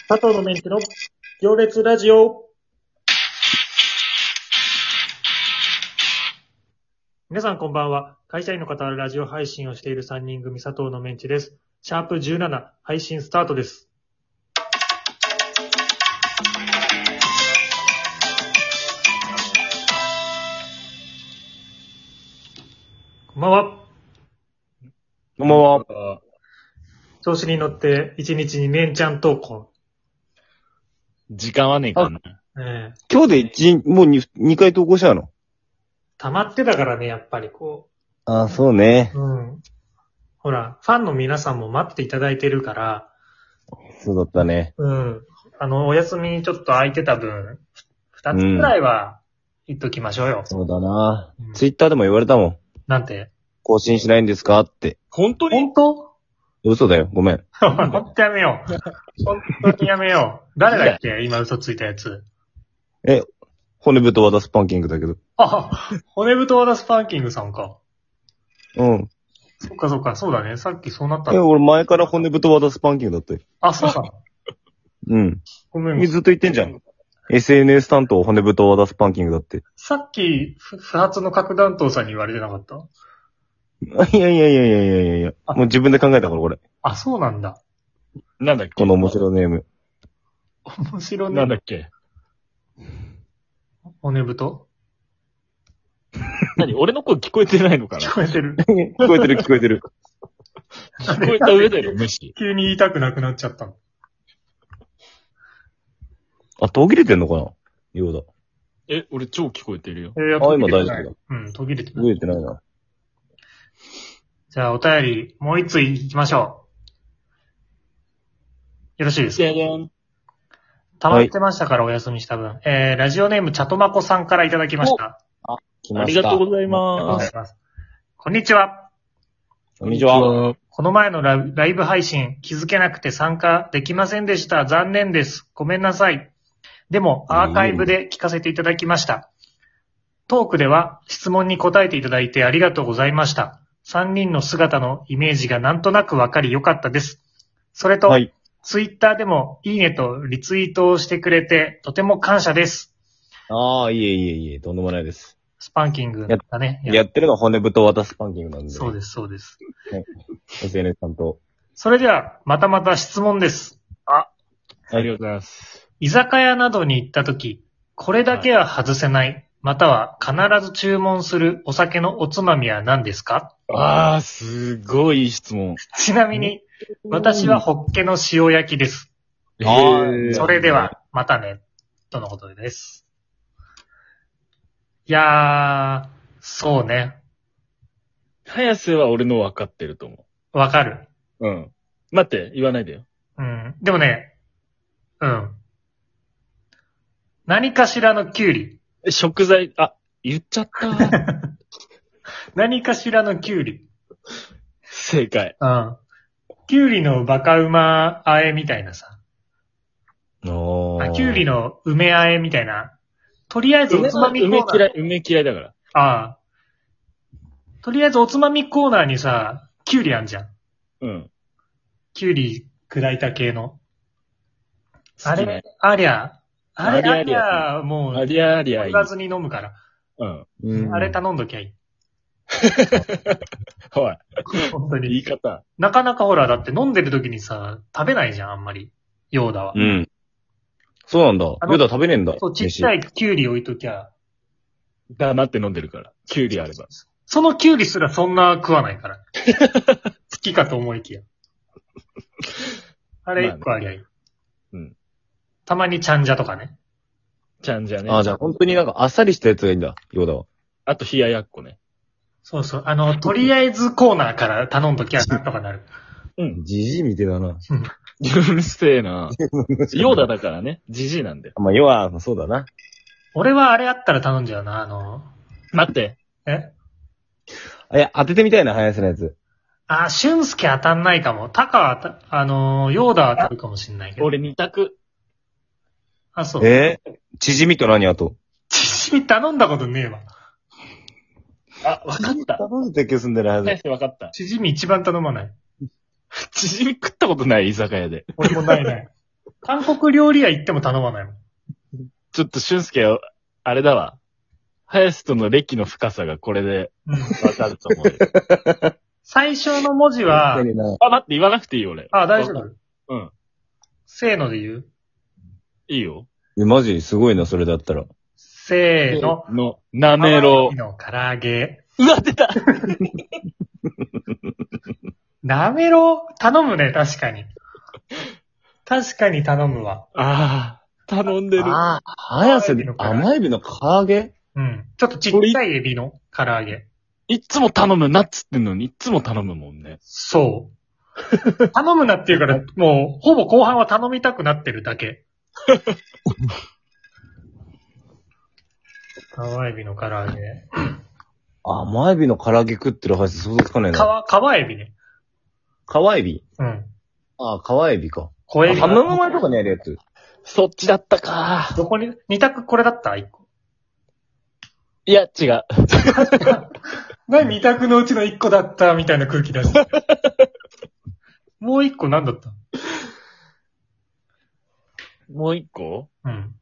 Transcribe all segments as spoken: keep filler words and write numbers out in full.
佐藤のメンチの行列ラジオ。皆さんこんばんは。会社員の方はラジオ配信をしているさんにん組佐藤のメンチです。シャープじゅうなな配信スタートです。こんばんは。 こんばんは。 調子に乗って一日に連チャン投稿。 時間はねえかな。 ええ、 今日で一、もう 2, 2回投稿したの？ 溜まってたからね、やっぱりこああ、そうね。 う。うん。ほら、ファンの皆さんも待っていただいてるから、 そうだったね。 うん。あの、お休みちょっと空いてた分、二つくらいは言っときましょうよ。 そうだな、 うん、 ツイッターでも言われたもん。 なんて？ 更新しないんですかって。 本当に？本当？ 嘘だよ。ごめん。 本当やめよう。本当にやめよう。誰だっけ今嘘ついたやつ。 え、骨太和田スパンキングだけど。 あ、骨太和田スパンキングさんか。 うん。 そっかそっか、そうだね。さっきそうなったえ、俺前から骨太和田スパンキングだったよ。 あ、そうなの？ うん。 ごめん。 ずっと言ってんじゃん。エスエヌエス 担当骨太和田スパンキングだって。 さっき、不発の核弾頭さんに言われてなかった？ いやいやいやいやいやいやいや。もう自分で考えたから、これ。 あ、そうなんだ。 なんだっけこの面白ネーム。 面白ね。 なんだっけ骨太？ 何俺の声聞こえてないのかな？ 聞こえてる。 聞こえてる聞こえてる。 聞こえた上での無視。 急に言いたくなくなっちゃったの。 あ、途切れてんのかなようだ。 え、俺超聞こえてるよ。 えー、 あ、今大丈夫だ。 うん、途切れて途ない。 切れてないな。 じゃあ、お便り、もう一つ行きましょう。よろしいですか？ じゃじゃん。 溜まってましたから、お休みした分。えー、ラジオネーム、チャトマコさんからいただきました。 あ、来ありがとうございありがとうごます。 ざいます。こんにちは。 こんにちは。 この前のライライブ配信、気づけなくて参加できませんでした。残念です。ごめんなさい。でも、アーカイブで聞かせていただきました。トークでは質問に答えていただいてありがとうございました。さんにんの姿のイメージがなんとなくわかりよかったです。それと、はい、ツイッターでもいいねとリツイートをしてくれてとても感謝です。 ああ、いえいえいえ、とんでもないです。 スパンキングだね。 や, やってるのは骨太渡スパンキングなんで、ね。 そうです、そうです。 ね、エスエヌエス 担当。 それでは、またまた質問です。 あ、ありがとうございます。 居酒屋などに行ったとき、これだけは外せない。はい、または必ず注文するお酒のおつまみは何ですか？ ああ、すごいいい質問。 ちなみに、私はホッケの塩焼きです。 えー、 それでは、またね。とのことです。いやー、そうね。 早瀬は俺の分かってると思う。わかる。 うん。待って、言わないでよ。 うん。でもね、うん。何かしらのキュウリ。 食材、あ、言っちゃった。 何かしらのキュウリ。 正解。 うん。キュウリのバカうまあえみたいなさ。 おあ、キュウリの梅あえみたいな。とりあえずおつまみコーナー。 梅嫌い、梅嫌いだから。 ああ。とりあえずおつまみコーナーにさ、キュウリあんじゃん。 うん。 キュウリ砕いた系の。あれ、ありゃ、あれ、ありゃ、もう、 ありゃありゃいい。 言わずに飲むから。 うん。 うん、あれ頼んどきゃいい。 おい。 本当に。 言い方。 なかなかほら、だって飲んでる時にさ、食べないじゃん、あんまり。ヨーダは。 うん。そうなんだ。ヨーダ食べねえんだ。 そう、ちっちゃいキュウリ置いときゃ。 黙って飲んでるから。キュウリあれば。 そのキュウリすらそんな食わないから。好きかと思いきや。あれ一個ありゃいい。まあね、うん。たまにチャンジャとかね。 チャンジャね。 ああ、じゃあ本当になんかあっさりしたやつがいいんだ、ヨーダは。 あと冷ややっこね。 そうそう。あの、とりあえずコーナーから頼んときゃなんとかなる。 うん。ジジイみてえだな。うるせえな。ヨーダだからね。ジジイなんだよ。 まあ、ヨは、そうだな。 俺はあれあったら頼んじゃうな、あの。 待って。 えいや、当ててみたいな、早瀬のやつ。 あ、俊介当たんないかも。タカはた、あのー、ヨーダは当たるかもしんないけど。 俺二択。 あ、そう。 えー、チヂミと何あと？ チヂミ頼んだことねえわ。 あ、わかった。 頼んでた気がすんだよな、 早瀬わかった。 チヂミ一番頼まない。 チヂミ食ったことない、居酒屋で。 俺もないない。 韓国料理屋行っても頼まないもん。 ちょっと俊介は、あれだわ。ハヤスとの歴の深さがこれでうん。 わかると思うよ。 最初の文字は、 確かになあ、待って、言わなくていいよ、俺。 あ、大丈夫。 うん。 せーので言う？ いいよ。 えマジすごいな、それだったら。 せーの。 の、なめろハワイの唐揚げ。 う。うわ、出たなめろう頼むね、確かに。確かに頼むわ。 ああ、頼んでる。 ああ、早瀬で甘エビの唐揚げうん。ちょっとちっちゃいエビの唐揚げ。 いっつも頼むなっつってんのに、いっつも頼むもんね。 そう。頼むなって言うから、もう、ほぼ後半は頼みたくなってるだけ。川エビの唐揚げ。 甘エビの唐揚げ食ってる早瀬想像つかないな。 川、川エビね。 川エビうん。 ああ、川エビか。 小エビ。 ハムの前とかにあるやつ。 そっちだったか。 どこに、二択これだった一個。 いや、違う。 何二択のうちの一個だったみたいな空気出して。もう一個何だったもう一個うん。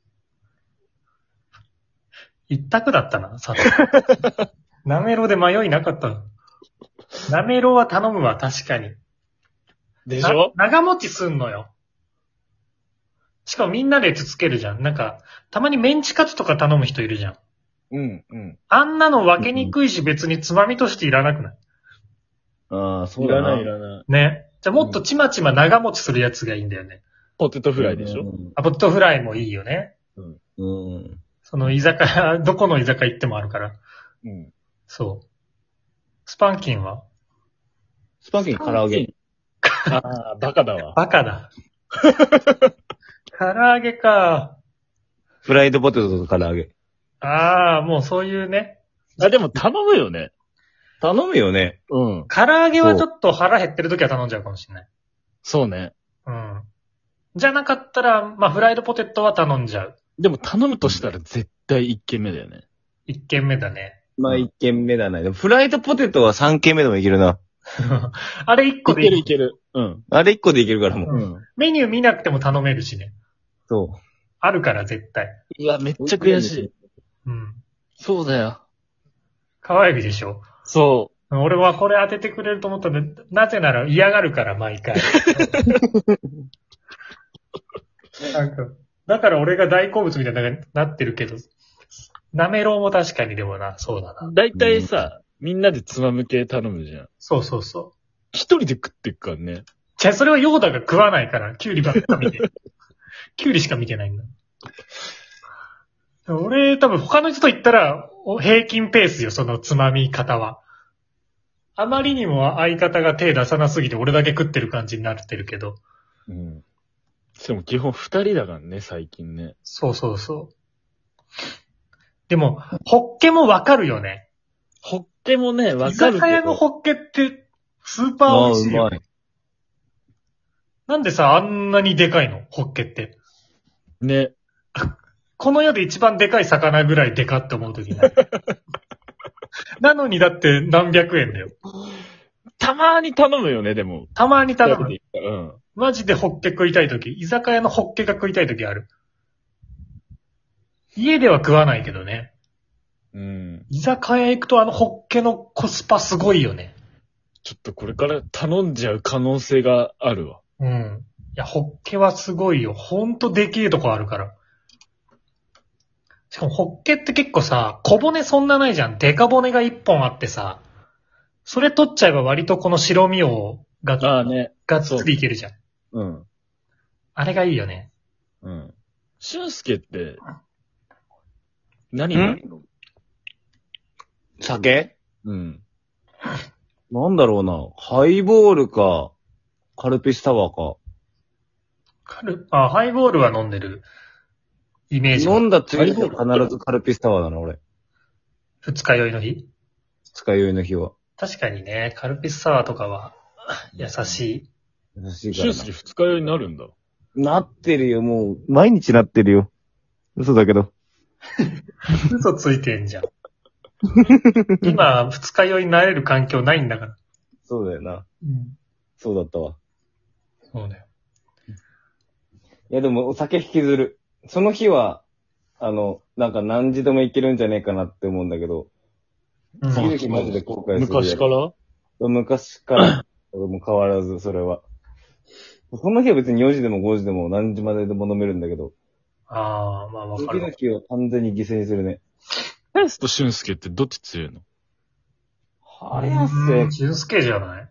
一択だったな、さて。なめろうで迷いなかったの。なめろうは頼むわ、確かに。 でしょな長持ちすんのよ。しかもみんなでつつけるじゃん。なんか、たまにメンチカツとか頼む人いるじゃん。 うん、うん。 あんなの分けにくいし別につまみとしていらなくない？ ああ、そうだな。 いらない、いらない。 ね。じゃあもっとちまちま長持ちするやつがいいんだよね。 ポテトフライでしょあ、ポテトフライもいいよね。 うん。うん。 その居酒屋、どこの居酒屋行ってもあるから。 うん。 そう。スパンキンはスパンキン唐揚げ。 ああ、バカだわ。 バカだ。唐揚げか。 フライドポテトと唐揚げ。 ああ、もうそういうね。 あ、でも頼むよね。 頼むよね。 うん。 唐揚げはちょっと腹減ってる時は頼んじゃうかもしれない。 そうね。 うん。じゃなかったら、まあ、フライドポテトは頼んじゃう。 でも頼むとしたら絶対一軒目だよね。 一軒目だね。 まあ、一軒目だな。でもフライドポテトは三軒目でもいけるな。 あれ一個いけでいい。 るいける。うん。 あれ一個でいけるからもう。 うん。 メニュー見なくても頼めるしね。 そあるから絶対。 うわ、めっちゃ悔しい。 うん。 そうだよ。 川エビでしょ。 そ俺はこれ当ててくれると思ったんで、なぜなら嫌がるから毎回。なんか、だから俺が大好物みたいになってるけど、なめろうも確かにでもな、そうだな。 う。だいたいさ、みんなでつまむ系頼むじゃん。 そうそうそう。 一人で食ってっからね。 じゃあそれはヨーダが食わないから、キュウリばっか見て。キュウリしか見てないんだ。俺、多分他の人と言ったら、お平均ペースよ、そのつまみ方は。あまりにも相方が手出さなすぎて俺だけ食ってる感じになってるけど。 うん。でも基本二人だからね、最近ね。 そうそうそう。でも、ホッケもわかるよね。 ホッケもね、わ居かるけど。 酒屋のホッケって、スーう。 パああ、 ー美味しいよ。 うまい。 なんでさ、あんなにでかいのホッケって。 ね。 この世で一番でかい魚ぐらいでかって思うときない。なのにだって何百円だよ。 たまーに頼むよね、でも。 たまに頼む。 うん。 マジでホッケ食いたいとき、居酒屋のホッケが食いたいときある。家では食わないけどね。 うん。 居酒屋行くとあのホッケのコスパすごいよね。 ちょっとこれから頼んじゃう可能性があるわ。 うん。いや、ホッケはすごいよ。ほんとでけえとこあるから。しかもホッケって結構さ、小骨そんなないじゃん。デカ骨が一本あってさ、それ取っちゃえば割とこの白身をがああね。 がっつりいけるじゃん。 うん。 あれがいいよね。 うん。俊介って、何が酒うん。 なんだろうな。ハイボールか、カルピスタワーか。 カル、あ、ハイボールは飲んでるイメージ。 飲んだ次に必ずカルピスタワーだな、俺。 二日酔いの日使い酔いの日は。 確かにね、カルピスサワーとかは優しい。 優しいから俊介二日酔いになるんだ。 な。なってるよ、もう。毎日なってるよ。嘘だけど。 嘘ついてんじゃん。今、二日酔いになれる環境ないんだから。 そうだよな。 うん。 そうだったわ。 そうだよ。 いやでもお酒引きずる。その日は、あの、なんか何時でも行けるんじゃねえかなって思うんだけど、 うん次の日マジで後悔する。 昔から昔から、もう変わらず、それは。その日は別によじでもごじでも何時まででも飲めるんだけど、 ああ、まあわか次のる。 日は完全に犠牲にするね。 ハヤスと俊介ってどっち強いの？ 早瀬、 俊介じゃない？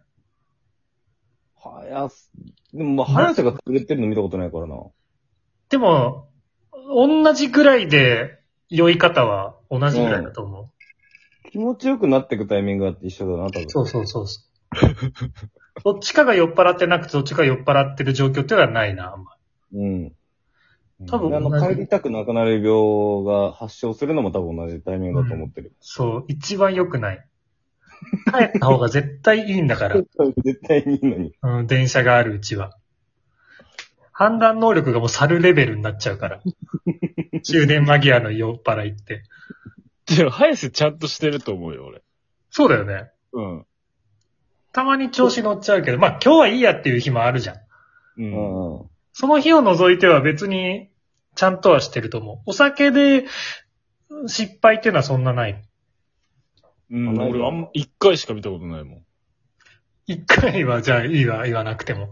早瀬、でもまあ早瀬が作れてるの見たことないからな。 でも、同じぐらいで酔い方は同じぐらいだと思う。 気持ちよくなっていくタイミングがあって一緒だな、多分。 そうそうそうそう。どっちかが酔っ払ってなくて、どっちかが酔っ払ってる状況っていうのはないな、あんまうん。 多分であの、 同じ帰りたくなくなる病が発症するのも多分同じタイミングだと思ってる。 そう、一番良くない。帰った方が絶対いいんだから、 絶対にいいのに。 うん、電車があるうちは。判断能力がもう去るレベルになっちゃうから。終電間際の酔っ払いって。 でも、ハヤスちゃんとしてると思うよ、俺。 そうだよね。 うん。 たまに調子乗っちゃうけど、まあ今日はいいやっていう日もあるじゃん。 う。 うんんうん。 その日を除いては別にちゃんとはしてると思う。お酒で失敗っていうのはそんなない。 うん、 ない俺あんま、一回しか見たことないもん。 一回はじゃあいいわ、言わなくても。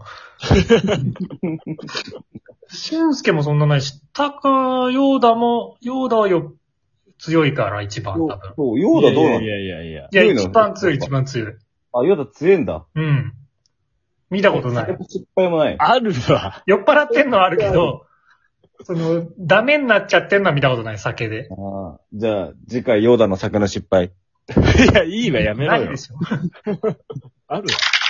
俊介もそんなないし、タカ、ヨーダも、ヨーダはよ、強いから一番多分。 そう、ヨーダどうなの？ いやいやいやいや。 いや、 強いの一番強い、一番強い。 あ、ヨーダ強いんだ。 うん。見たことない。 失敗もない。 あるわ。 酔っ払ってんのはあるけど、その、ダメになっちゃってんのは見たことない、酒で。 ああ、じゃあ、次回ヨーダの酒の失敗。 いや、いいわ、やめろよないで。しょ。 あるわ。